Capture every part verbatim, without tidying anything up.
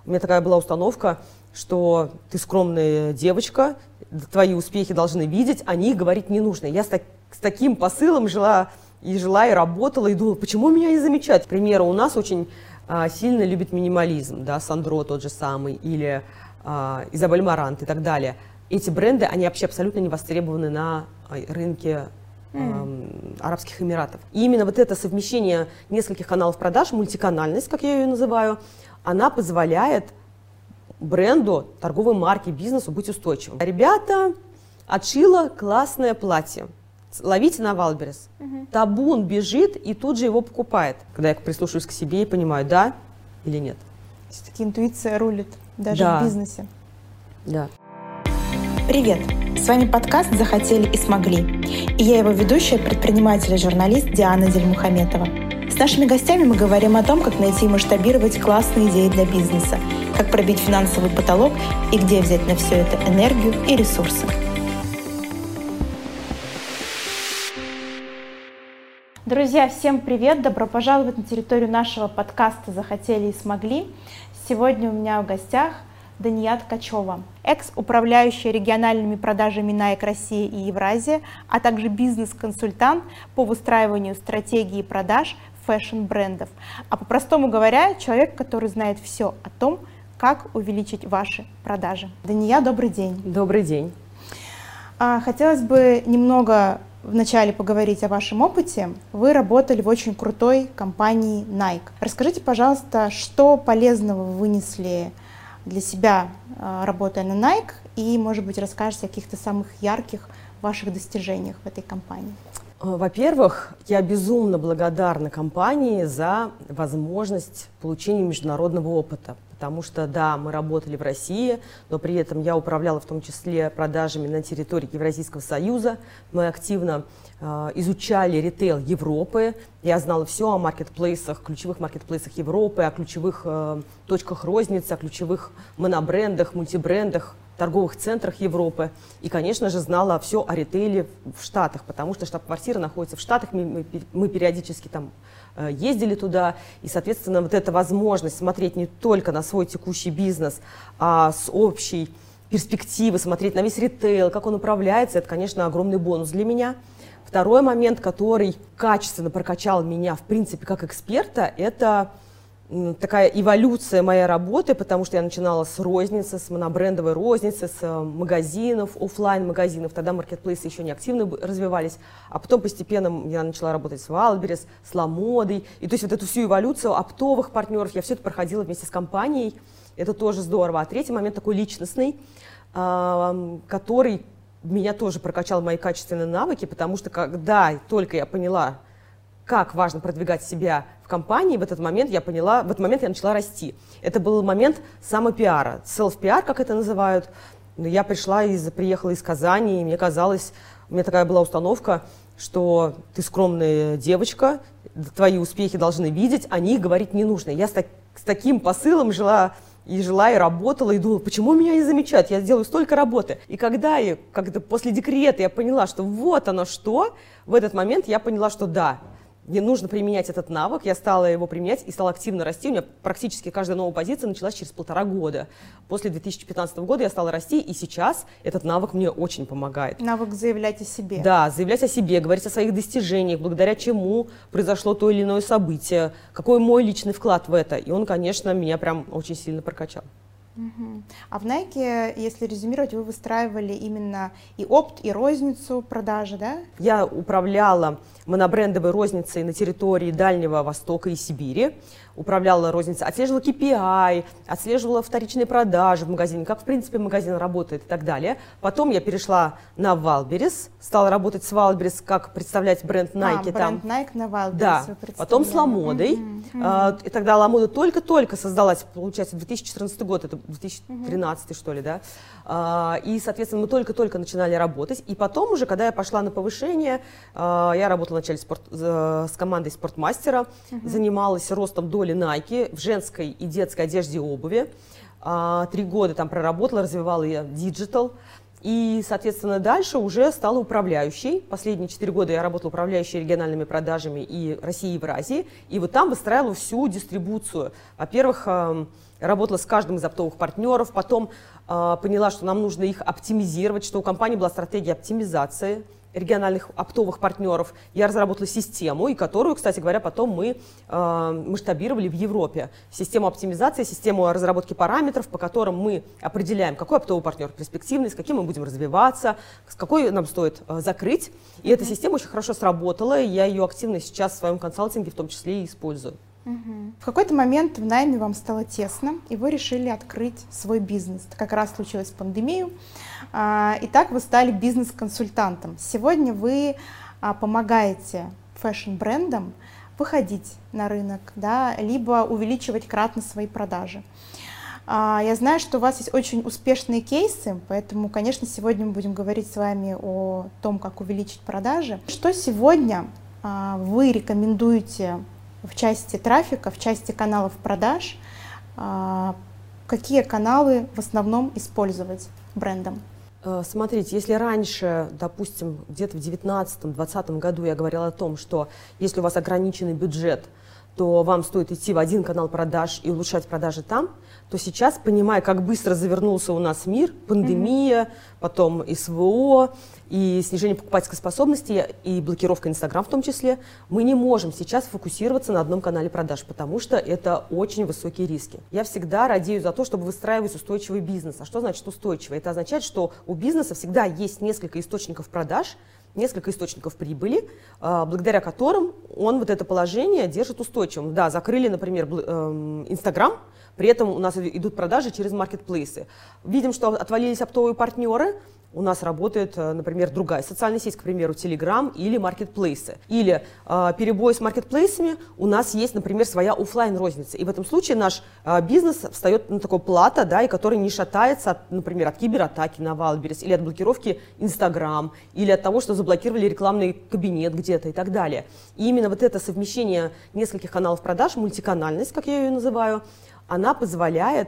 У меня такая была установка, что ты скромная девочка, твои успехи должны видеть, а них говорить не нужно. Я с, так, с таким посылом жила и жила, и работала, и думала, почему меня не замечают. К примеру, у нас очень а, сильно любит минимализм, да, Сандро тот же самый, или а, Изабель Марант и так далее. Эти бренды, они вообще абсолютно не востребованы на рынке mm. э, Арабских Эмиратов. И именно вот это совмещение нескольких каналов продаж, мультиканальность, как я ее называю, она позволяет бренду, торговой марке, бизнесу быть устойчивым. Ребята, отшила классное платье. Ловите на Вайлдберрис. Mm-hmm. Табун бежит и тут же его покупает. Когда я прислушиваюсь к себе и понимаю, да или нет. Все-таки интуиция рулит даже да. в бизнесе. Да. Привет! С вами подкаст «Захотели и смогли». И я его ведущая, предприниматель и журналист Диана Зельмухаметова. С нашими гостями мы говорим о том, как найти и масштабировать классные идеи для бизнеса, как пробить финансовый потолок и где взять на все это энергию и ресурсы. Друзья, всем привет! Добро пожаловать на территорию нашего подкаста «Захотели и смогли». Сегодня у меня в гостях Дания Ткачева, экс-управляющая региональными продажами Nike Россия и Евразия, а также бизнес-консультант по выстраиванию стратегии продаж фэшн-брендов. А по-простому говоря, человек, который знает все о том, как увеличить ваши продажи. Дания, добрый день. Добрый день. Хотелось бы немного вначале поговорить о вашем опыте. Вы работали в очень крутой компании Nike. Расскажите, пожалуйста, что полезного вы вынесли для себя, работая на Nike, и, может быть, расскажете о каких-то самых ярких ваших достижениях в этой компании. Во-первых, я безумно благодарна компании за возможность получения международного опыта, потому что, да, мы работали в России, но при этом я управляла в том числе продажами на территории Евразийского союза, мы активно э, изучали ритейл Европы, я знала все о маркетплейсах, ключевых маркетплейсах Европы, о ключевых э, точках розницы, о ключевых монобрендах, мультибрендах, торговых центрах Европы. И, конечно же, знала все о ритейле в Штатах, потому что штаб-квартира находится в Штатах, мы, мы, мы периодически там э, ездили туда. И, соответственно, вот эта возможность смотреть не только на свой текущий бизнес, а с общей перспективы, смотреть на весь ритейл, как он управляется, это, конечно, огромный бонус для меня. Второй момент, который качественно прокачал меня, в принципе, как эксперта, это такая эволюция моей работы, потому что я начинала с розницы, с монобрендовой розницы, с магазинов, офлайн-магазинов. Тогда маркетплейсы еще не активно развивались. А потом постепенно я начала работать с Вайлдберрис, с Ламодой. И то есть вот эту всю эволюцию оптовых партнеров, я все это проходила вместе с компанией. Это тоже здорово. А третий момент такой личностный, который меня тоже прокачал мои качественные навыки, потому что когда только я поняла, как важно продвигать себя в компании, в этот момент я поняла, в этот момент я начала расти. Это был момент самопиара, селф-пиар, как это называют. Я пришла, из, приехала из Казани, и мне казалось, у меня такая была установка, что ты скромная девочка, твои успехи должны видеть, о них говорить не нужно. Я с, так, с таким посылом жила и жила, и работала, и думала, почему меня не замечают, я делаю столько работы. И когда я, когда после декрета я поняла, что вот оно что, в этот момент я поняла, что да, мне нужно применять этот навык, я стала его применять и стала активно расти. У меня практически каждая новая позиция началась через полтора года. После две тысячи пятнадцатого года я стала расти, и сейчас этот навык мне очень помогает. Навык заявлять о себе. Да, заявлять о себе, говорить о своих достижениях, благодаря чему произошло то или иное событие, какой мой личный вклад в это. И он, конечно, меня прям очень сильно прокачал. Угу. А в Nike, если резюмировать, вы выстраивали именно и опт, и розницу продажи, да? Я управляла монобрендовой розницей на территории Дальнего Востока и Сибири. Управляла розницей, отслеживала кей пи ай, отслеживала вторичные продажи в магазине, как в принципе магазин работает и так далее. Потом я перешла на Вайлдберрис, стала работать с Вайлдберрис, как представлять бренд Nike. А, там. бренд Nike на Вайлдберрис. Да, потом с Ламодой. Mm-hmm. А, и тогда Ламода только-только создалась, получается, в две тысячи четырнадцатый год, это две тысячи тринадцатый, mm-hmm. что ли, да. А, и, соответственно, мы только-только начинали работать. И потом уже, когда я пошла на повышение, а, я работала вначале спорт, с командой спортмастера, mm-hmm. занималась ростом доли Nike в женской и детской одежде и обуви. А, три года там проработала, развивала я диджитал. И, соответственно, дальше уже стала управляющей. Последние четыре года я работала управляющей региональными продажами и России, и Евразии. И вот там выстраивала всю дистрибуцию. Во-первых, работала с каждым из оптовых партнеров, потом поняла, что нам нужно их оптимизировать, что у компании была стратегия оптимизации региональных оптовых партнеров. Я разработала систему, и которую, кстати говоря, потом мы э, масштабировали в Европе. Систему оптимизации, систему разработки параметров, по которым мы определяем, какой оптовый партнер перспективный, с каким мы будем развиваться, с какой нам стоит э, закрыть. И mm-hmm. эта система очень хорошо сработала, и я ее активно сейчас в своем консалтинге в том числе и использую. Mm-hmm. В какой-то момент в найме вам стало тесно, и вы решили открыть свой бизнес. Это как раз случилось в пандемию. Итак, вы стали бизнес-консультантом. Сегодня вы помогаете фэшн-брендам выходить на рынок, да, либо увеличивать кратно свои продажи. Я знаю, что у вас есть очень успешные кейсы, поэтому, конечно, сегодня мы будем говорить с вами о том, как увеличить продажи. Что сегодня вы рекомендуете в части трафика, в части каналов продаж? Какие каналы в основном использовать брендом? Смотрите, если раньше, допустим, где-то в девятнадцатом-двадцатом году я говорила о том, что если у вас ограниченный бюджет, то вам стоит идти в один канал продаж и улучшать продажи там, то сейчас, понимая, как быстро завернулся у нас мир, пандемия, mm-hmm. потом СВО, и снижение покупательской способности, и блокировка Инстаграм в том числе, мы не можем сейчас фокусироваться на одном канале продаж, потому что это очень высокие риски. Я всегда радею за то, чтобы выстраивать устойчивый бизнес. А что значит устойчивый? Это означает, что у бизнеса всегда есть несколько источников продаж, несколько источников прибыли, благодаря которым он вот это положение держит устойчивым. Да, закрыли, например, Инстаграм, при этом у нас идут продажи через маркетплейсы. Видим, что отвалились оптовые партнеры, у нас работает, например, другая социальная сеть, к примеру, Telegram или маркетплейсы. Или э, перебой с маркетплейсами, у нас есть, например, своя офлайн-розница. И в этом случае наш э, бизнес встает на такое плато, да, и который не шатается, от, например, от кибератаки на Вайлдберрис, или от блокировки Instagram, или от того, что заблокировали рекламный кабинет где-то и так далее. И именно вот это совмещение нескольких каналов продаж, мультиканальность, как я ее называю, она позволяет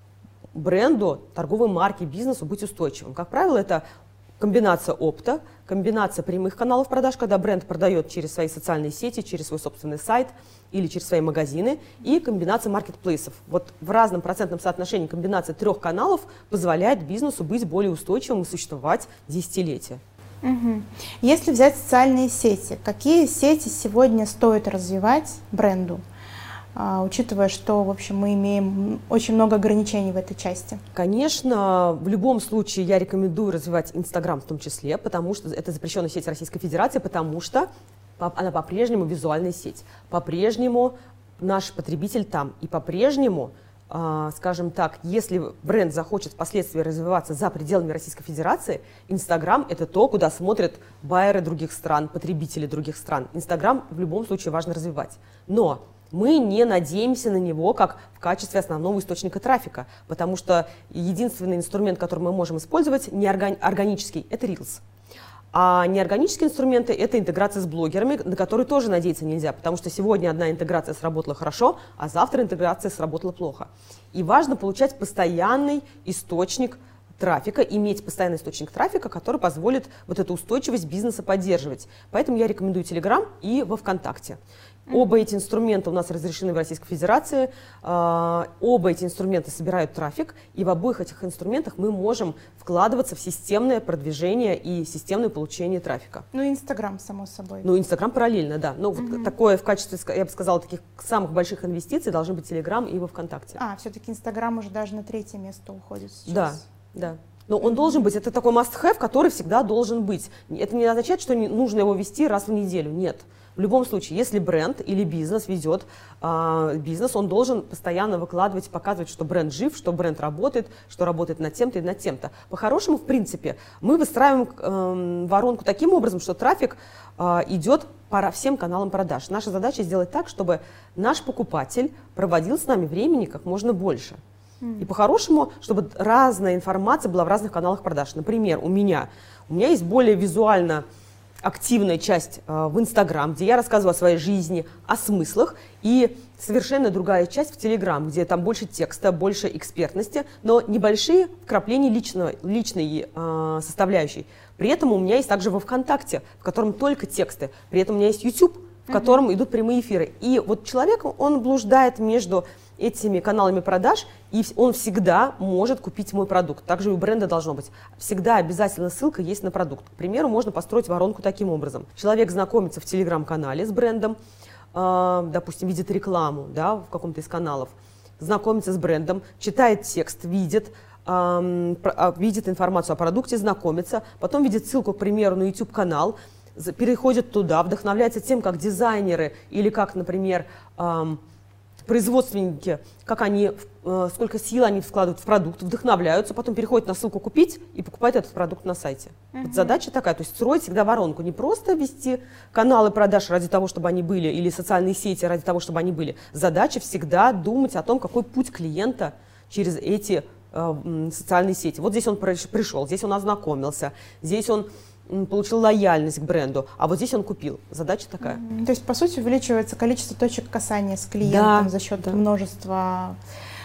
бренду, торговой марке, бизнесу быть устойчивым. Как правило, это комбинация опта, комбинация прямых каналов продаж, когда бренд продает через свои социальные сети, через свой собственный сайт или через свои магазины, и комбинация маркетплейсов. Вот в разном процентном соотношении комбинация трех каналов позволяет бизнесу быть более устойчивым и существовать десятилетия. Угу. Если взять социальные сети, какие сети сегодня стоит развивать бренду? Учитывая, что, в общем, мы имеем очень много ограничений в этой части? Конечно, в любом случае я рекомендую развивать Инстаграм в том числе, потому что это запрещенная сеть Российской Федерации, потому что она по-прежнему визуальная сеть, по-прежнему наш потребитель там, и по-прежнему, скажем так, если бренд захочет впоследствии развиваться за пределами Российской Федерации, Инстаграм – это то, куда смотрят байеры других стран, потребители других стран. Инстаграм в любом случае важно развивать. Но мы не надеемся на него как в качестве основного источника трафика, потому что единственный инструмент, который мы можем использовать, неорганический, это рилс. А неорганические инструменты – это интеграция с блогерами, на которые тоже надеяться нельзя, потому что сегодня одна интеграция сработала хорошо, а завтра интеграция сработала плохо. И важно получать постоянный источник трафика, иметь постоянный источник трафика, который позволит вот эту устойчивость бизнеса поддерживать. Поэтому я рекомендую Telegram и во ВКонтакте. Оба эти инструмента у нас разрешены в Российской Федерации, оба эти инструмента собирают трафик, и в обоих этих инструментах мы можем вкладываться в системное продвижение и системное получение трафика. Ну и Инстаграм, само собой. Ну, Инстаграм параллельно, да. Но угу. вот такое в качестве, я бы сказала, таких самых больших инвестиций должны быть Telegram и во ВКонтакте. А, все-таки Инстаграм уже даже на третье место уходит сейчас. Да, да. Но он должен быть, это такой must-have, который всегда должен быть. Это не означает, что нужно его вести раз в неделю, нет. В любом случае, если бренд или бизнес ведет э, бизнес, он должен постоянно выкладывать, показывать, что бренд жив, что бренд работает, что работает над тем-то и над тем-то. По-хорошему, в принципе, мы выстраиваем э, воронку таким образом, что трафик э, идет по всем каналам продаж. Наша задача сделать так, чтобы наш покупатель проводил с нами времени как можно больше. И по-хорошему, чтобы разная информация была в разных каналах продаж. Например, у меня, у меня есть более визуально активная часть э, в Инстаграм, где я рассказываю о своей жизни, о смыслах, и совершенно другая часть в Телеграм, где там больше текста, больше экспертности, но небольшие вкрапления личного, личной э, составляющей. При этом у меня есть также во ВКонтакте, в котором только тексты. При этом у меня есть YouTube, в котором uh-huh. идут прямые эфиры. И вот человек, он блуждает между этими каналами продаж, и он всегда может купить мой продукт. Также и у бренда должно быть. Всегда обязательно ссылка есть на продукт. К примеру, можно построить воронку таким образом. Человек знакомится в Телеграм-канале с брендом, э, допустим, видит рекламу, да, в каком-то из каналов, знакомится с брендом, читает текст, видит, э, про, видит информацию о продукте, знакомится, потом видит ссылку, к примеру, на YouTube-канал, переходит туда, вдохновляется тем, как дизайнеры или как, например, э, производственники, как они, э, сколько сил они вкладывают в продукт, вдохновляются, потом переходят на ссылку «Купить» и покупают этот продукт на сайте. Uh-huh. Вот задача такая, то есть строить всегда воронку, не просто вести каналы продаж ради того, чтобы они были, или социальные сети ради того, чтобы они были. Задача всегда думать о том, какой путь клиента через эти э, социальные сети. Вот здесь он пришел, здесь он ознакомился, здесь он получил лояльность к бренду, а вот здесь он купил. Задача такая. То есть, по сути, увеличивается количество точек касания с клиентом, да, за счет да. множества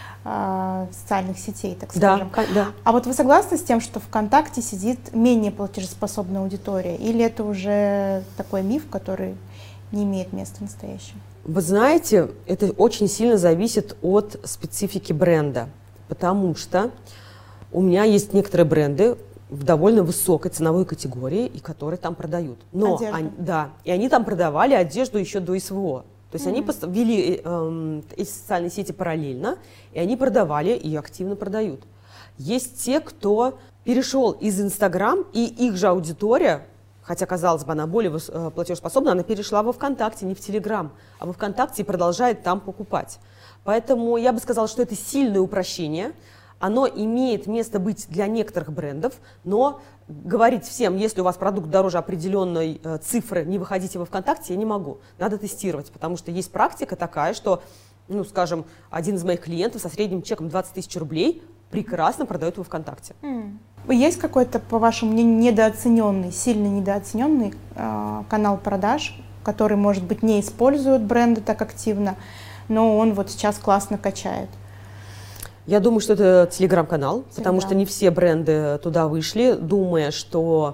э, социальных сетей, так скажем. Да, да. А вот вы согласны с тем, что ВКонтакте сидит менее платежеспособная аудитория? Или это уже такой миф, который не имеет места настоящего? Вы знаете, это очень сильно зависит от специфики бренда, потому что у меня есть некоторые бренды в довольно высокой ценовой категории, и которые там продают. Но они, да, и они там продавали одежду еще до СВО. То есть mm-hmm. они вели э, эти социальные сети параллельно, и они продавали и активно продают. Есть те, кто перешел из Инстаграм, и их же аудитория, хотя, казалось бы, она более э, платежеспособна, она перешла во ВКонтакте, не в Телеграм, а во ВКонтакте и продолжает там покупать. Поэтому я бы сказала, что это сильное упрощение. Оно имеет место быть для некоторых брендов, но говорить всем, если у вас продукт дороже определенной э, цифры, не выходите во ВКонтакте, я не могу. Надо тестировать, потому что есть практика такая, что, ну, скажем, один из моих клиентов со средним чеком двадцать тысяч рублей прекрасно продает во ВКонтакте. Mm. Есть какой-то, по вашему мнению, недооцененный, сильно недооцененный э, канал продаж, который, может быть, не используют бренды так активно, но он вот сейчас классно качает? Я думаю, что это телеграм-канал, потому что не все бренды туда вышли, думая, что,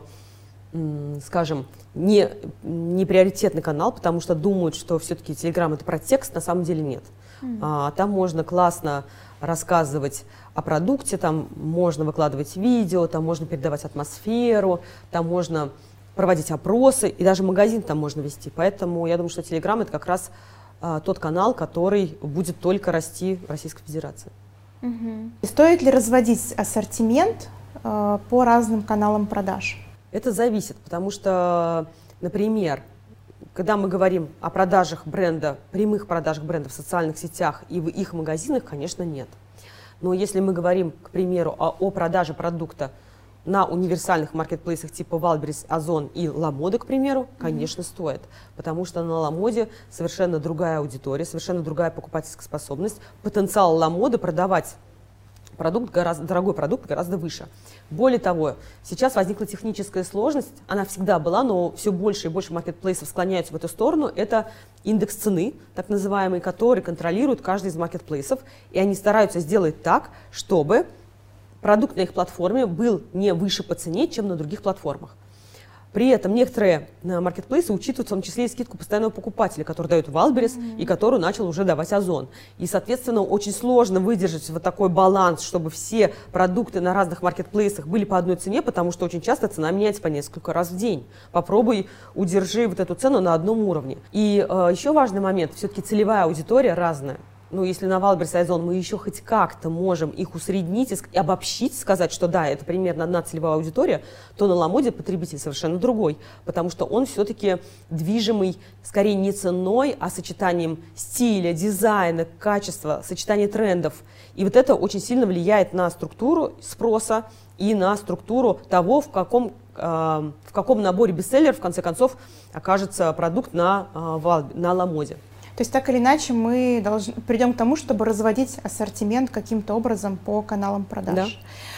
скажем, не, не приоритетный канал, потому что думают, что все-таки телеграм это про текст, на самом деле нет. Mm. А, там можно классно рассказывать о продукте, там можно выкладывать видео, там можно передавать атмосферу, там можно проводить опросы, и даже магазин там можно вести. Поэтому я думаю, что телеграм это как раз а, тот канал, который будет только расти в Российской Федерации. Угу. Стоит ли разводить ассортимент э, по разным каналам продаж? Это зависит, потому что, например, когда мы говорим о продажах бренда, прямых продажах бренда в социальных сетях и в их магазинах, конечно, нет. Но если мы говорим, к примеру, о, о продаже продукта на универсальных маркетплейсах типа Wildberries, Озон и Ламоды, к примеру, конечно, mm-hmm. стоит. Потому что на Ламоде совершенно другая аудитория, совершенно другая покупательская способность. Потенциал Ламоды продавать продукт, гораздо, дорогой продукт гораздо выше. Более того, сейчас возникла техническая сложность, она всегда была, но все больше и больше маркетплейсов склоняются в эту сторону. Это индекс цены, так называемый, который контролирует каждый из маркетплейсов. И они стараются сделать так, чтобы продукт на их платформе был не выше по цене, чем на других платформах. При этом некоторые маркетплейсы учитывают в том числе и скидку постоянного покупателя, который дает Wildberries mm-hmm. и который начал уже давать Озон. И, соответственно, очень сложно выдержать вот такой баланс, чтобы все продукты на разных маркетплейсах были по одной цене, потому что очень часто цена меняется по несколько раз в день. Попробуй удержи вот эту цену на одном уровне. И э, еще важный момент, все-таки целевая аудитория разная. Ну, если на Wildberries и Озон мы еще хоть как-то можем их усреднить и обобщить, сказать, что да, это примерно одна целевая аудитория, то на Ламоде потребитель совершенно другой, потому что он все-таки движимый скорее не ценой, а сочетанием стиля, дизайна, качества, сочетания трендов. И вот это очень сильно влияет на структуру спроса и на структуру того, в каком, э, в каком наборе бестселлеров, в конце концов, окажется продукт на, э, на Ламоде. То есть так или иначе мы должны, придем к тому, чтобы разводить ассортимент каким-то образом по каналам продаж.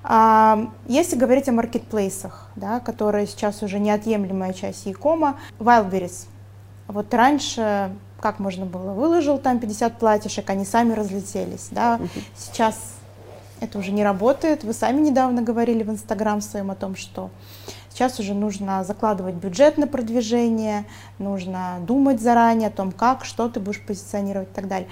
А, если говорить о маркетплейсах, да, которые сейчас уже неотъемлемая часть e-кома, Wildberries. Вот раньше как можно было? Выложил там пятьдесят платьишек, они сами разлетелись. Да? Uh-huh. Сейчас это уже не работает. Вы сами недавно говорили в Инстаграм своем о том, что сейчас уже нужно закладывать бюджет на продвижение, нужно думать заранее о том, как, что ты будешь позиционировать и так далее.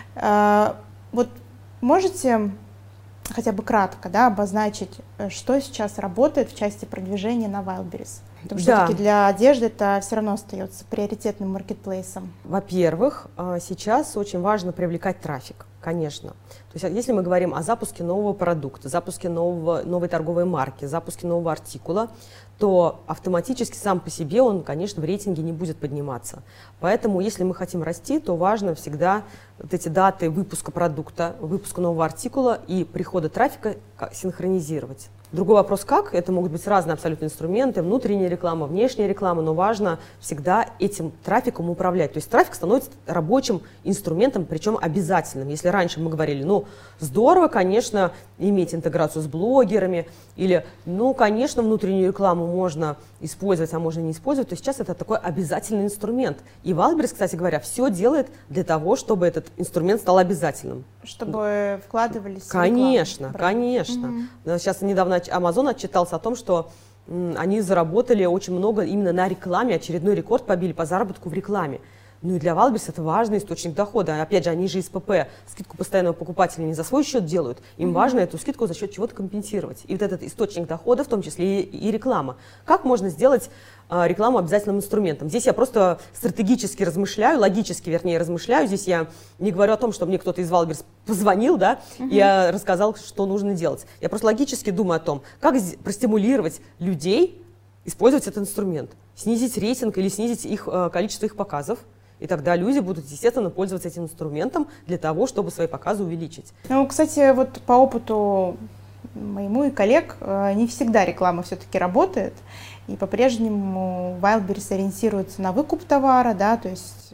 А, вот можете хотя бы кратко, да, обозначить, что сейчас работает в части продвижения на Wildberries? Потому что да. все-таки для одежды это все равно остается приоритетным маркетплейсом. Во-первых, сейчас очень важно привлекать трафик, конечно. То есть если мы говорим о запуске нового продукта, запуске нового, новой торговой марки, запуске нового артикула, то автоматически сам по себе он, конечно, в рейтинге не будет подниматься. Поэтому, если мы хотим расти, то важно всегда вот эти даты выпуска продукта, выпуска нового артикула и прихода трафика синхронизировать. Другой вопрос, как? Это могут быть разные абсолютно инструменты, внутренняя реклама, внешняя реклама, но важно всегда этим трафиком управлять. То есть трафик становится рабочим инструментом, причем обязательным. Если раньше мы говорили, ну, здорово, конечно, иметь интеграцию с блогерами, или, ну, конечно, внутреннюю рекламу можно использовать, а можно не использовать, то сейчас это такой обязательный инструмент. И Wildberries, кстати говоря, все делает для того, чтобы этот инструмент стал обязательным. Чтобы вкладывались в Конечно, рекламу. конечно. Угу. Сейчас недавно Amazon отчитался о том, что м, они заработали очень много именно на рекламе, очередной рекорд побили по заработку в рекламе. Ну и для Wildberries это важный источник дохода. Опять же, они же из ПП скидку постоянного покупателя не за свой счет делают. Им mm-hmm. важно эту скидку за счет чего-то компенсировать. И вот этот источник дохода, в том числе и, и реклама. Как можно сделать а, рекламу обязательным инструментом? Здесь я просто стратегически размышляю, логически, вернее, размышляю. Здесь я не говорю о том, что мне кто-то из Wildberries позвонил, да, mm-hmm. и я рассказал, что нужно делать. Я просто логически думаю о том, как простимулировать людей использовать этот инструмент. Снизить рейтинг или снизить их, а, количество их показов. И тогда люди будут, естественно, пользоваться этим инструментом для того, чтобы свои показы увеличить. Ну, кстати, вот по опыту моему и коллег, не всегда реклама все-таки работает. И по-прежнему Wildberries ориентируется на выкуп товара, да, то есть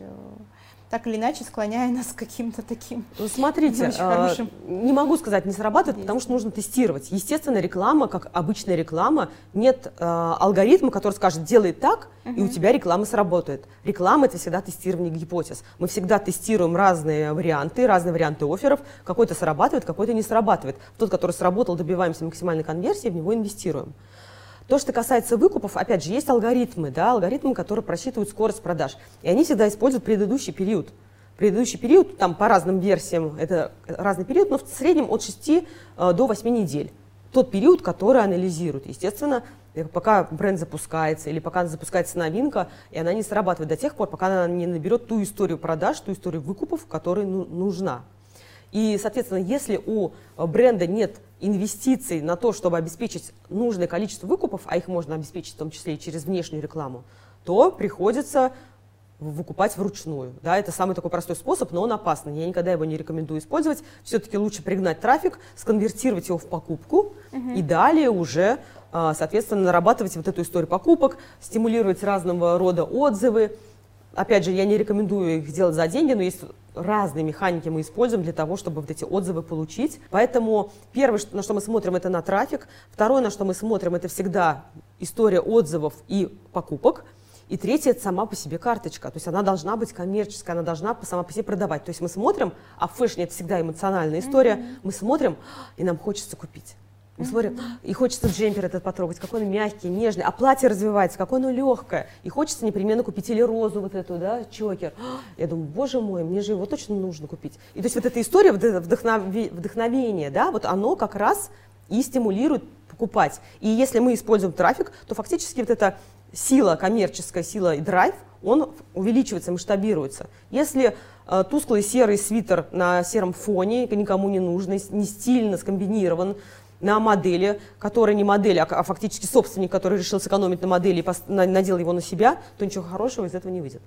так или иначе склоняя нас к каким-то таким. Ну, смотрите, очень хорошим. Не могу сказать, не срабатывает, потому что нужно тестировать. Естественно, реклама, как обычная реклама, нет э, алгоритма, который скажет, делай так, uh-huh. и у тебя реклама сработает. Реклама — это всегда тестирование гипотез. Мы всегда тестируем разные варианты, разные варианты офферов. Какой-то срабатывает, какой-то не срабатывает. Тот, который сработал, добиваемся максимальной конверсии, в него инвестируем. То, что касается выкупов, опять же, есть алгоритмы, да, алгоритмы, которые просчитывают скорость продаж. И они всегда используют предыдущий период. Предыдущий период, там по разным версиям, это разный период, но в среднем от шести до восьми недель. Тот период, который анализируют. Естественно, пока бренд запускается или пока запускается новинка, и она не срабатывает до тех пор, пока она не наберет ту историю продаж, ту историю выкупов, которая ну, нужна. И, соответственно, если у бренда нет инвестиций на то, чтобы обеспечить нужное количество выкупов, а их можно обеспечить в том числе и через внешнюю рекламу, то приходится выкупать вручную. Да, это самый такой простой способ, но он опасный. Я никогда его не рекомендую использовать. Все-таки лучше пригнать трафик, сконвертировать его в покупку uh-huh. и далее уже, соответственно, нарабатывать вот эту историю покупок, стимулировать разного рода отзывы. Опять же, я не рекомендую их делать за деньги, но есть разные механики мы используем для того, чтобы вот эти отзывы получить. Поэтому первое, на что мы смотрим, это на трафик. Второе, на что мы смотрим, это всегда история отзывов и покупок. И третье, это сама по себе карточка. То есть она должна быть коммерческая, она должна сама по себе продавать. То есть мы смотрим, а в фэшне это всегда эмоциональная история, mm-hmm. мы смотрим, и нам хочется купить. Мы смотрим, и хочется джемпер этот потрогать, какой он мягкий, нежный, а платье развивается, какое оно легкое. И хочется непременно купить или розу вот эту, да, чокер. Я думаю, боже мой, мне же его точно нужно купить. И то есть вот эта история, вот это вдохновение, да, вот оно как раз и стимулирует покупать. И если мы используем трафик, то фактически вот эта сила, коммерческая сила и драйв, он увеличивается, масштабируется. Если э, тусклый серый свитер на сером фоне, никому не нужный, не стильно скомбинирован, на модели, которая не модель, а, а фактически собственник, который решил сэкономить на модели и пост- на, надел его на себя, то ничего хорошего из этого не выйдет.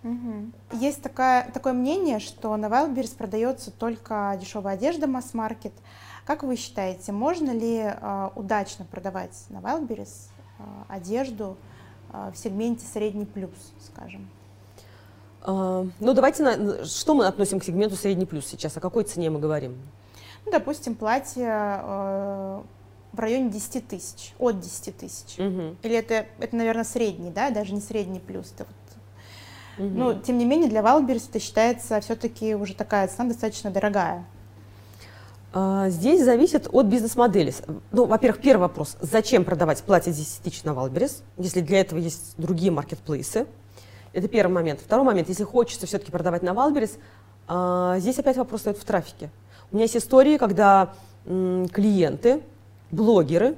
Угу. Есть такая, такое мнение, что на Wildberries продается только дешевая одежда, масс-маркет. Как вы считаете, можно ли э, удачно продавать на Wildberries э, одежду э, в сегменте средний плюс, скажем? Uh, ну давайте, на, что мы относим к сегменту средний плюс сейчас, о какой цене мы говорим? Ну, допустим, платье э, в районе десяти тысяч, от десяти тысяч. Угу. Или это, это, наверное, средний, да, даже не средний плюс. Это вот. Угу. Но, тем не менее, для Wildberries это считается все-таки уже такая цена достаточно дорогая. Здесь зависит от бизнес-модели. Ну, во-первых, первый вопрос. Зачем продавать платье десять тысяч на Wildberries, если для этого есть другие маркетплейсы? Это первый момент. Второй момент. Если хочется все-таки продавать на Wildberries, здесь опять вопрос стоит в трафике. У меня есть истории, когда м, клиенты, блогеры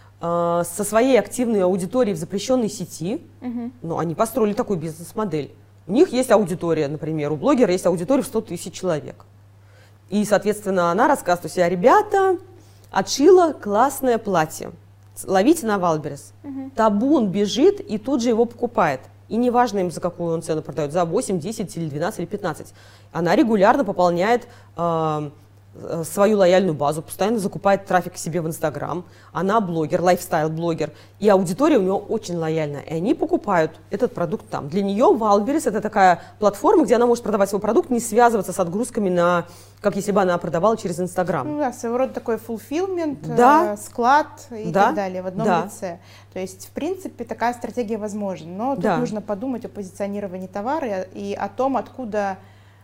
э, со своей активной аудиторией в запрещенной сети, uh-huh. ну, они построили такую бизнес-модель. У них есть аудитория, например, у блогера есть аудитория в сто тысяч человек. И, соответственно, она рассказывает у себя: ребята, отшила классное платье, ловите на Wildberries. Uh-huh. Табун бежит и тут же его покупает. И неважно им, за какую он цену продает, за восемь, десять или двенадцать или пятнадцать. Она регулярно пополняет э, свою лояльную базу, постоянно закупает трафик к себе в Инстаграм. Она блогер, лайфстайл-блогер. И аудитория у нее очень лояльная. И они покупают этот продукт там. Для нее Wildberries — это такая платформа, где она может продавать свой продукт, не связываться с отгрузками, на, как если бы она продавала через Инстаграм. Ну да, своего рода такой fulfillment, да. э, склад и да. так далее в одном да. лице. То есть, в принципе, такая стратегия возможна. Но тут да. нужно подумать о позиционировании товара и о том, откуда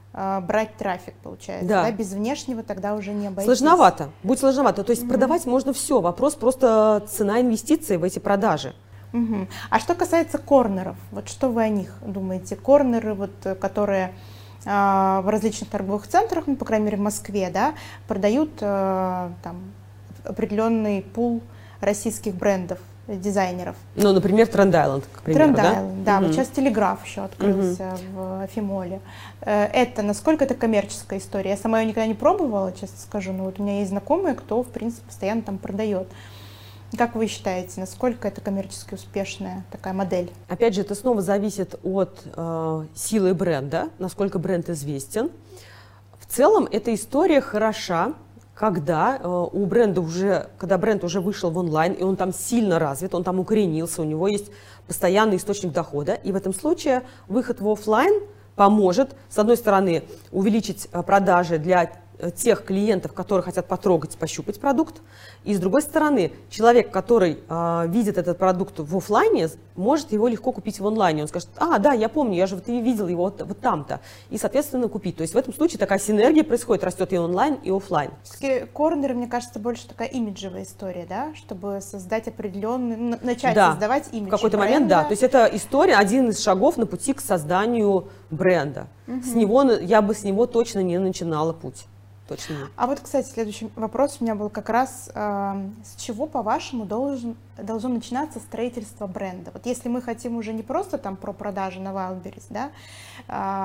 брать трафик, получается. Да. Да? Без внешнего тогда уже не обойтись. Сложновато, будет сложновато. То есть Mm-hmm. продавать можно все. Вопрос просто цена инвестиций в эти продажи. Mm-hmm. А что касается корнеров, вот что вы о них думаете? Корнеры, вот, которые э, в различных торговых центрах, ну, по крайней мере в Москве, да, продают э, там, определенный пул российских брендов, дизайнеров. Ну, например, Trend Island, к примеру, Trend Island, да, угу. вот сейчас Телеграф еще открылся угу. в Фимоле. Это, насколько это коммерческая история? Я сама ее никогда не пробовала, честно скажу, но вот у меня есть знакомые, кто, в принципе, постоянно там продает. Как вы считаете, насколько это коммерчески успешная такая модель? Опять же, это снова зависит от э, силы бренда, насколько бренд известен. В целом, эта история хороша, когда э, у бренда уже, когда бренд уже вышел в онлайн, и он там сильно развит, он там укоренился, у него есть постоянный источник дохода, и в этом случае выход в офлайн поможет, с одной стороны, увеличить продажи для тех клиентов, которые хотят потрогать, пощупать продукт, и с другой стороны, человек, который э, видит этот продукт в офлайне, может его легко купить в онлайне. Он скажет: а, да, я помню, я же вот и видел его вот, вот там-то, и, соответственно, купить. То есть в этом случае такая синергия происходит, растет и онлайн, и офлайн. Корнеры, мне кажется, больше такая имиджевая история, да, чтобы создать определенный, начать да, создавать имидж. В какой-то бренда. момент, да. То есть это история, один из шагов на пути к созданию бренда. Угу. С него, я бы с него точно не начинала путь. Точно нет. А вот, кстати, следующий вопрос у меня был как раз, э, с чего, по-вашему, должен, должно начинаться строительство бренда? Вот если мы хотим уже не просто там про продажи на Wildberries, да, э,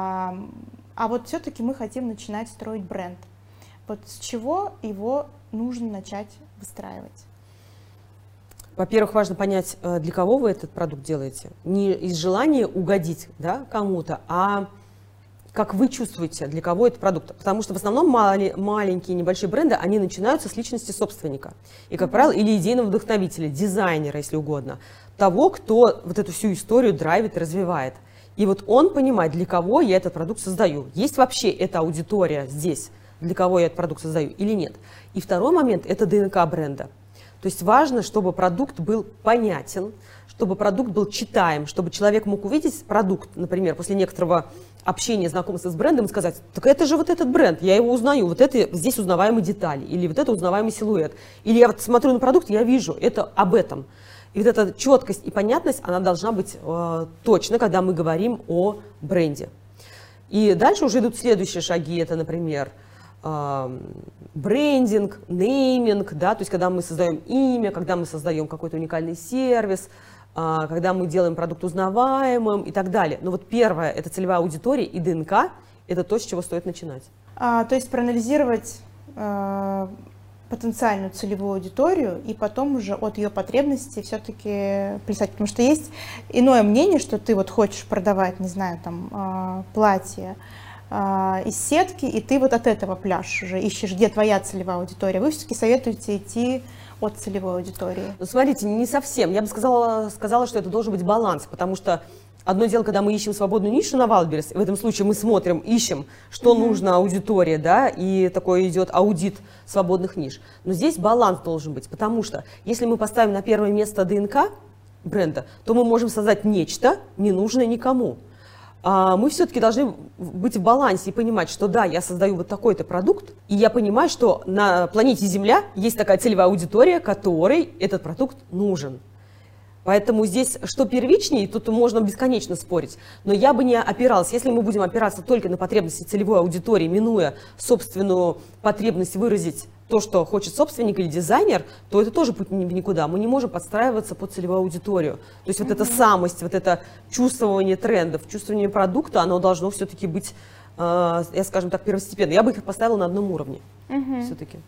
а вот все-таки мы хотим начинать строить бренд. Вот с чего его нужно начать выстраивать? Во-первых, важно понять, для кого вы этот продукт делаете. Не из желания угодить, да, кому-то, а как вы чувствуете, для кого этот продукт. Потому что в основном мали, маленькие, небольшие бренды, они начинаются с личности собственника. И, как правило, или идейного вдохновителя, дизайнера, если угодно. Того, кто вот эту всю историю драйвит и развивает. И вот он понимает, для кого я этот продукт создаю. Есть вообще эта аудитория здесь, для кого я этот продукт создаю или нет. И второй момент – это ДНК бренда. То есть важно, чтобы продукт был понятен, чтобы продукт был читаем, чтобы человек мог увидеть продукт, например, после некоторого общения, знакомства с брендом и сказать: так это же вот этот бренд, я его узнаю, вот это здесь узнаваемые детали, или вот это узнаваемый силуэт. Или я вот смотрю на продукт, я вижу, это об этом. И вот эта четкость и понятность, она должна быть э, точно, когда мы говорим о бренде. И дальше уже идут следующие шаги, это, например, э, брендинг, нейминг, да, то есть когда мы создаем имя, когда мы создаем какой-то уникальный сервис, э, когда мы делаем продукт узнаваемым и так далее. Но вот первое – это целевая аудитория и ДНК, это то, с чего стоит начинать. А, то есть проанализировать э, потенциальную целевую аудиторию и потом уже от ее потребностей все-таки плясать. Потому что есть иное мнение, что ты вот хочешь продавать, не знаю, там, э, платье э, из сетки, и ты вот от этого пляшешь уже, ищешь, где твоя целевая аудитория. Вы все-таки советуете идти от целевой аудитории? Ну, смотрите, не совсем. Я бы сказала, сказала, что это должен быть баланс, потому что одно дело, когда мы ищем свободную нишу на Вайлдберрис, в этом случае мы смотрим, ищем, что mm-hmm. нужно аудитории, да, и такой идет аудит свободных ниш. Но здесь баланс должен быть, потому что если мы поставим на первое место ДНК бренда, то мы можем создать нечто, не нужное никому. А мы все-таки должны быть в балансе и понимать, что да, я создаю вот такой-то продукт, и я понимаю, что на планете Земля есть такая целевая аудитория, которой этот продукт нужен. Поэтому здесь что первичнее, тут можно бесконечно спорить. Но я бы не опиралась, если мы будем опираться только на потребности целевой аудитории, минуя собственную потребность выразить то, что хочет собственник или дизайнер, то это тоже путь никуда. Мы не можем подстраиваться под целевую аудиторию. То есть mm-hmm. вот эта самость, вот это чувствование трендов, чувствование продукта, оно должно все-таки быть, э, я скажем так, первостепенно. Я бы их поставила на одном уровне mm-hmm. все-таки.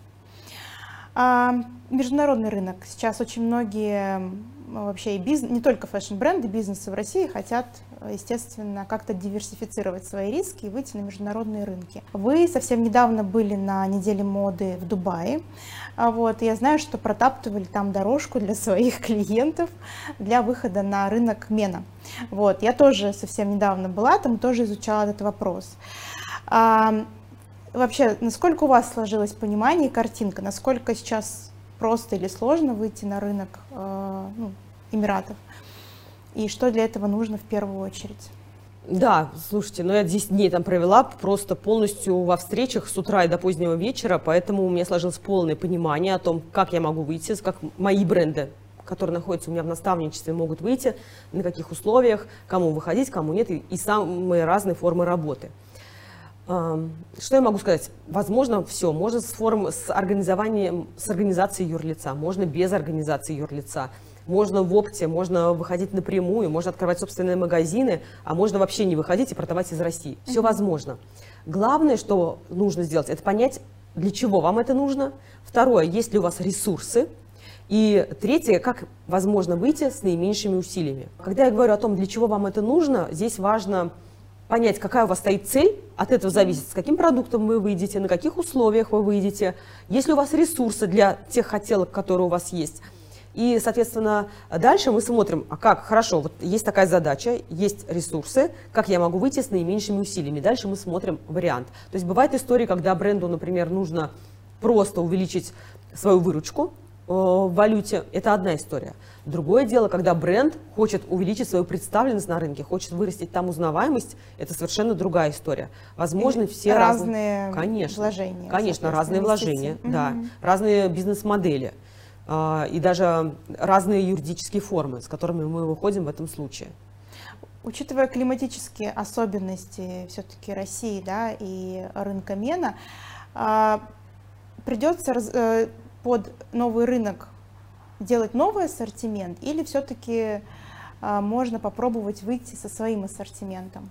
А, международный рынок. Сейчас очень многие вообще и бизнес, не только фэшн-бренды, бизнесы в России хотят, естественно, как-то диверсифицировать свои риски и выйти на международные рынки. Вы совсем недавно были на неделе моды в Дубае. Вот, я знаю, что протаптывали там дорожку для своих клиентов для выхода на рынок Мена. Вот, я тоже совсем недавно была там, тоже изучала этот вопрос. А, вообще, насколько у вас сложилось понимание и картинка, насколько сейчас просто или сложно выйти на рынок э, ну, Эмиратов? И что для этого нужно в первую очередь? Да, слушайте, ну я десять дней там провела просто полностью во встречах с утра и до позднего вечера, поэтому у меня сложилось полное понимание о том, как я могу выйти, как мои бренды, которые находятся у меня в наставничестве, могут выйти, на каких условиях, кому выходить, кому нет, и, и самые разные формы работы. Что я могу сказать? Возможно, все. Можно с, форм, с, организованием, с организацией юрлица, можно без организации юрлица, можно в опте, можно выходить напрямую, можно открывать собственные магазины, а можно вообще не выходить и продавать из России. Все mm-hmm. возможно. Главное, что нужно сделать, это понять, для чего вам это нужно. Второе, есть ли у вас ресурсы. И третье, как возможно выйти с наименьшими усилиями. Когда я говорю о том, для чего вам это нужно, здесь важно понять, какая у вас стоит цель, от этого зависит, с каким продуктом вы выйдете, на каких условиях вы выйдете, есть ли у вас ресурсы для тех хотелок, которые у вас есть. И, соответственно, дальше мы смотрим, а как, хорошо, вот есть такая задача, есть ресурсы, как я могу выйти с наименьшими усилиями. Дальше мы смотрим вариант. То есть бывают истории, когда бренду, например, нужно просто увеличить свою выручку в валюте, это одна история. Другое дело, когда бренд хочет увеличить свою представленность на рынке, хочет вырастить там узнаваемость, это совершенно другая история. Возможно, все разные разные, конечно, вложения. Конечно, разные вложения, инвестиции. да, mm-hmm. разные бизнес-модели э, и даже разные юридические формы, с которыми мы выходим в этом случае. Учитывая климатические особенности все-таки России, да, и рынка Мена, э, придется раз, э, под новый рынок делать новый ассортимент, или все-таки а, можно попробовать выйти со своим ассортиментом?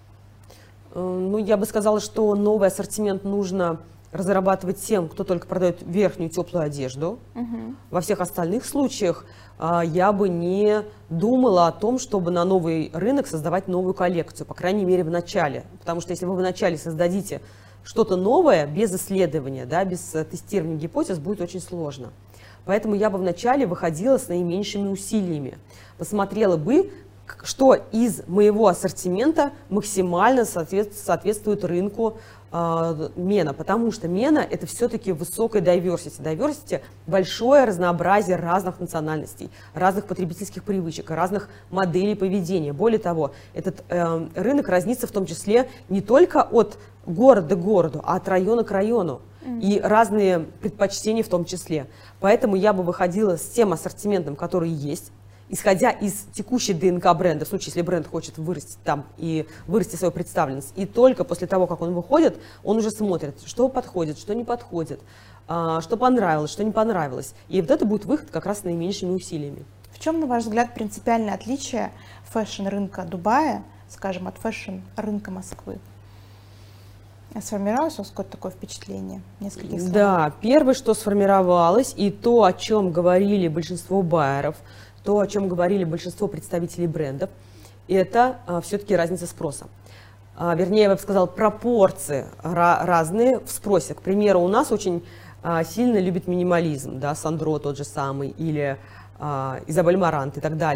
Ну, я бы сказала, что новый ассортимент нужно разрабатывать тем, кто только продает верхнюю теплую одежду. Угу. Во всех остальных случаях а, я бы не думала о том, чтобы на новый рынок создавать новую коллекцию, по крайней мере, в начале. Потому что если вы в начале создадите что-то новое без исследования, да, без тестирования гипотез, будет очень сложно. Поэтому я бы вначале выходила с наименьшими усилиями, посмотрела бы, что из моего ассортимента максимально соответствует рынку э, Мена, потому что Мена – это все-таки высокая diversity. Diversity – большое разнообразие разных национальностей, разных потребительских привычек, разных моделей поведения. Более того, этот э, рынок разнится в том числе не только от города к городу, а от района к району. И разные предпочтения в том числе. Поэтому я бы выходила с тем ассортиментом, который есть, исходя из текущей ДНК бренда, в случае, если бренд хочет вырастить там и вырасти свою представленность. И только после того, как он выходит, он уже смотрит, что подходит, что не подходит, что понравилось, что не понравилось. И вот это будет выход как раз с наименьшими усилиями. В чем, на ваш взгляд, принципиальное отличие фэшн-рынка Дубая, скажем, от фэшн-рынка Москвы? Сформировалось у вас какое-то такое впечатление? Нескольких слов. Да, первое, что сформировалось, и то, о чем говорили большинство байеров, то, о чем говорили большинство представителей брендов, это а, все-таки разница спроса. А, вернее, я бы сказала, пропорции ra- разные в спросе. К примеру, у нас очень а, сильно любит минимализм, да, Сандро тот же самый, или а, Изабель Марант и так далее.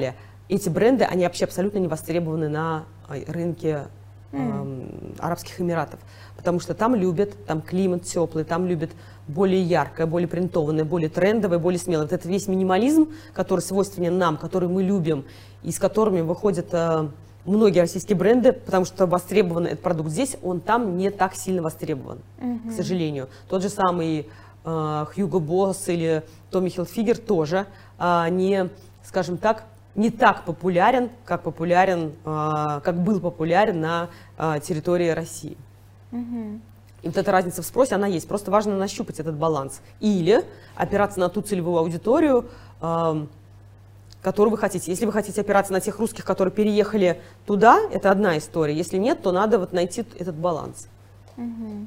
эти бренды, они вообще абсолютно не востребованы на рынке э, mm. Арабских Эмиратов, потому что там любят, там климат теплый, там любят более яркое, более принтованное, более трендовое, более смелое. Вот это весь минимализм, который свойственен нам, который мы любим, и с которыми выходят э, многие российские бренды, потому что востребован этот продукт здесь, он там не так сильно востребован, mm-hmm. к сожалению. Тот же самый э, Hugo Boss или Tommy Hilfiger тоже э, не, скажем так, не так популярен, как популярен, э, как был популярен на э, территории России. Mm-hmm. И вот эта разница в спросе, она есть. Просто важно нащупать этот баланс. Или опираться на ту целевую аудиторию, э, которую вы хотите. Если вы хотите опираться на тех русских, которые переехали туда, это одна история. Если нет, то надо вот найти этот баланс. Угу.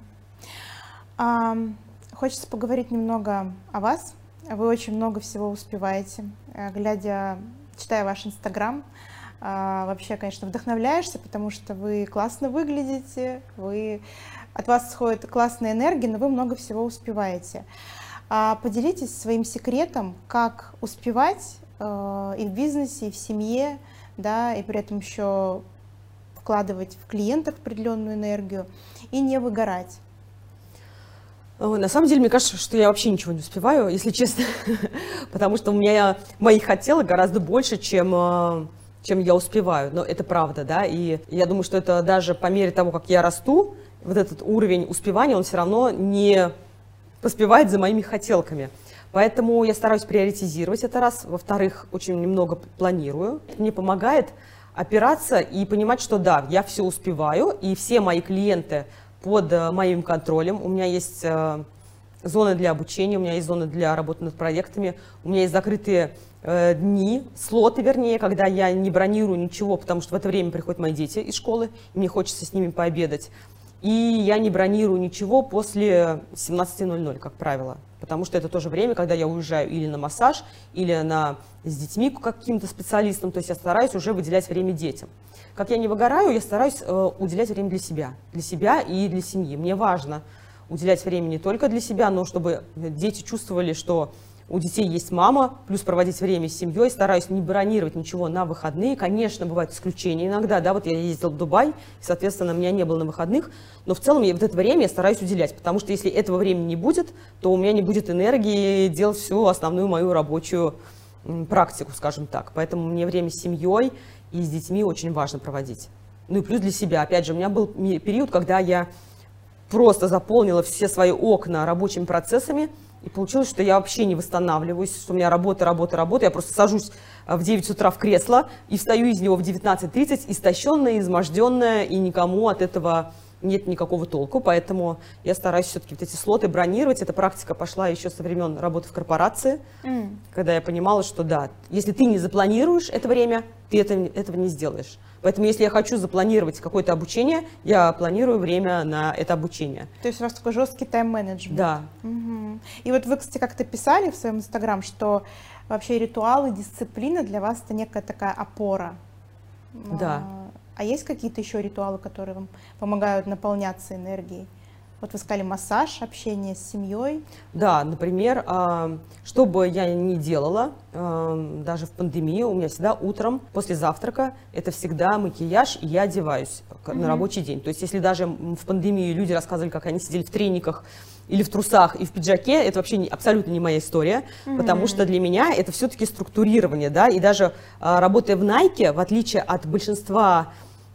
А, хочется поговорить немного о вас. Вы очень много всего успеваете. Глядя, читая ваш Инстаграм, вообще, конечно, вдохновляешься, потому что вы классно выглядите, вы, от вас сходит классная энергия, но вы много всего успеваете. А поделитесь своим секретом, как успевать и в бизнесе, и в семье, да, и при этом еще вкладывать в клиентов определенную энергию и не выгорать. На самом деле, мне кажется, что я вообще ничего не успеваю, если честно, потому что у меня моих хотелок гораздо больше, чем, чем я успеваю, но это правда, да, и я думаю, что это даже по мере того, как я расту, вот этот уровень успевания, он все равно не поспевает за моими хотелками. Поэтому я стараюсь приоритизировать это раз. Во-вторых, очень немного планирую. Мне помогает опираться и понимать, что да, я все успеваю, и все мои клиенты под моим контролем. У меня есть э, зоны для обучения, у меня есть зоны для работы над проектами, у меня есть закрытые э, дни, слоты, вернее, когда я не бронирую ничего, потому что в это время приходят мои дети из школы, и мне хочется с ними пообедать. И я не бронирую ничего после семнадцати ноль-ноль, как правило. Потому что это тоже время, когда я уезжаю или на массаж, или на, с детьми к каким-то специалистам. То есть я стараюсь уже выделять время детям. Как я не выгораю, я стараюсь э, уделять время для себя. Для себя и для семьи. Мне важно уделять время не только для себя, но чтобы дети чувствовали, что у детей есть мама, плюс проводить время с семьей. Стараюсь не бронировать ничего на выходные. Конечно, бывают исключения иногда. Да, вот я ездила в Дубай, соответственно, меня не было на выходных. Но в целом я вот это время я стараюсь уделять, потому что если этого времени не будет, то у меня не будет энергии делать всю основную мою рабочую практику, скажем так. Поэтому мне время с семьей и с детьми очень важно проводить. Ну и плюс для себя. Опять же, у меня был период, когда я просто заполнила все свои окна рабочими процессами, и получилось, что я вообще не восстанавливаюсь, что у меня работа, работа, работа. Я просто сажусь в девять утра в кресло и встаю из него в девятнадцать тридцать, истощенная, изможденная, и никому от этого нет никакого толку. Поэтому я стараюсь все-таки вот эти слоты бронировать. Эта практика пошла еще со времен работы в корпорации, mm. когда я понимала, что да, если ты не запланируешь это время, ты это, этого не сделаешь. Поэтому, если я хочу запланировать какое-то обучение, я планирую время на это обучение. То есть у вас такой жесткий тайм-менеджмент. Да. Угу. И вот вы, кстати, как-то писали в своем Инстаграм, что вообще ритуалы, дисциплина для вас это некая такая опора. Да. А, а есть какие-то еще ритуалы, которые вам помогают наполняться энергией? Вот вы сказали массаж, общение с семьей. Да, например, что бы я ни делала, даже в пандемию, у меня всегда утром после завтрака это всегда макияж, и я одеваюсь mm-hmm. на рабочий день. То есть если даже в пандемию люди рассказывали, как они сидели в трениках или в трусах и в пиджаке, это вообще не, абсолютно не моя история, mm-hmm. потому что для меня это все-таки структурирование, да, и даже работая в Nike, в отличие от большинства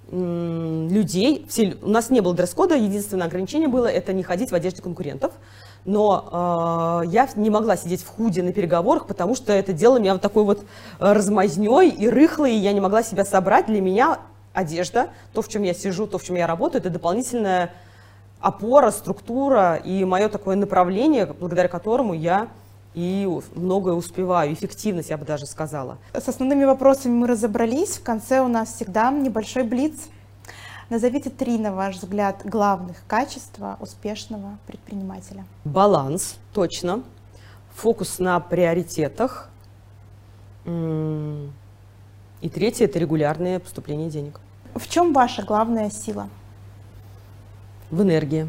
людей, все, у нас не было дресс-кода, единственное ограничение было это не ходить в одежде конкурентов, но э, я не могла сидеть в худи на переговорах, потому что это делало меня вот такой вот размазней и рыхлой, и я не могла себя собрать. Для меня одежда, то, в чем я сижу, то, в чем я работаю, это дополнительная опора, структура и мое такое направление, благодаря которому я и многое успеваю, эффективность, я бы даже сказала. С основными вопросами мы разобрались. В конце у нас всегда небольшой блиц. Назовите три, на ваш взгляд, главных качества успешного предпринимателя. Баланс, точно. Фокус на приоритетах. И третье – это регулярное поступление денег. В чем ваша главная сила? В энергии.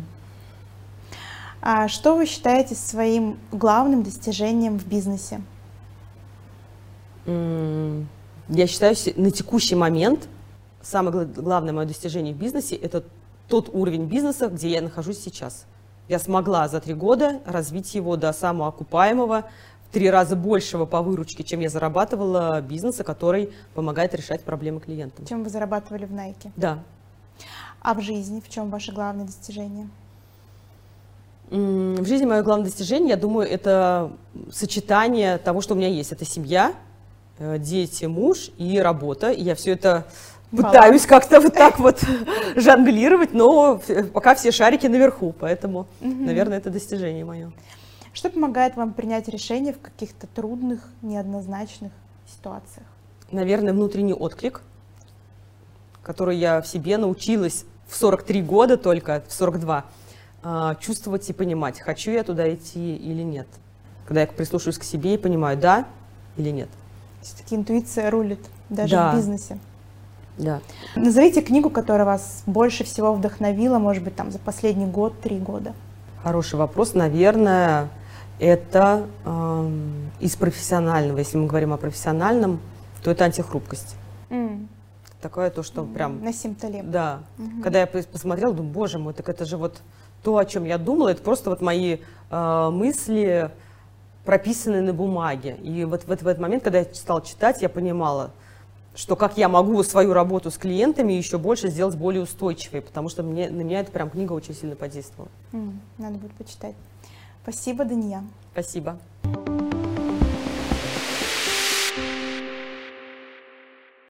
А что вы считаете своим главным достижением в бизнесе? В Я считаю, на текущий момент самое главное мое достижение в бизнесе – это тот уровень бизнеса, где я нахожусь сейчас. Я смогла за три года развить его до самоокупаемого, в три раза большего по выручке, чем я зарабатывала, бизнеса, который помогает решать проблемы клиентам. Чем вы зарабатывали в Nike? Да. А в жизни в чем ваши главные достижения? В жизни мое главное достижение, я думаю, это сочетание того, что у меня есть. Это семья, дети, муж и работа. И я все это пытаюсь как-то вот так вот жонглировать, но пока все шарики наверху, поэтому, наверное, это достижение мое. Что помогает вам принять решения в каких-то трудных, неоднозначных ситуациях? Наверное, внутренний отклик, который я в себе научилась в сорок три года только, в сорок два, чувствовать и понимать, хочу я туда идти или нет. Когда я прислушиваюсь к себе и понимаю, да или нет. Все-таки интуиция рулит даже да. в бизнесе. Да. Назовите книгу, которая вас больше всего вдохновила, может быть, там за последний год, три года. Хороший вопрос. Наверное, это э, из профессионального. Если мы говорим о профессиональном, то это антихрупкость. Mm. Такое то, что mm. прям... Нассим Талеб. Да. Mm-hmm. Когда я посмотрела, думаю, боже мой, так это же вот то, о чем я думала, это просто вот мои э, мысли, прописанные на бумаге. И вот в, в этот момент, когда я стала читать, я понимала, что как я могу свою работу с клиентами еще больше сделать более устойчивой, потому что мне, на меня эта прям книга очень сильно подействовала. Mm, надо будет почитать. Спасибо, Дания. Спасибо.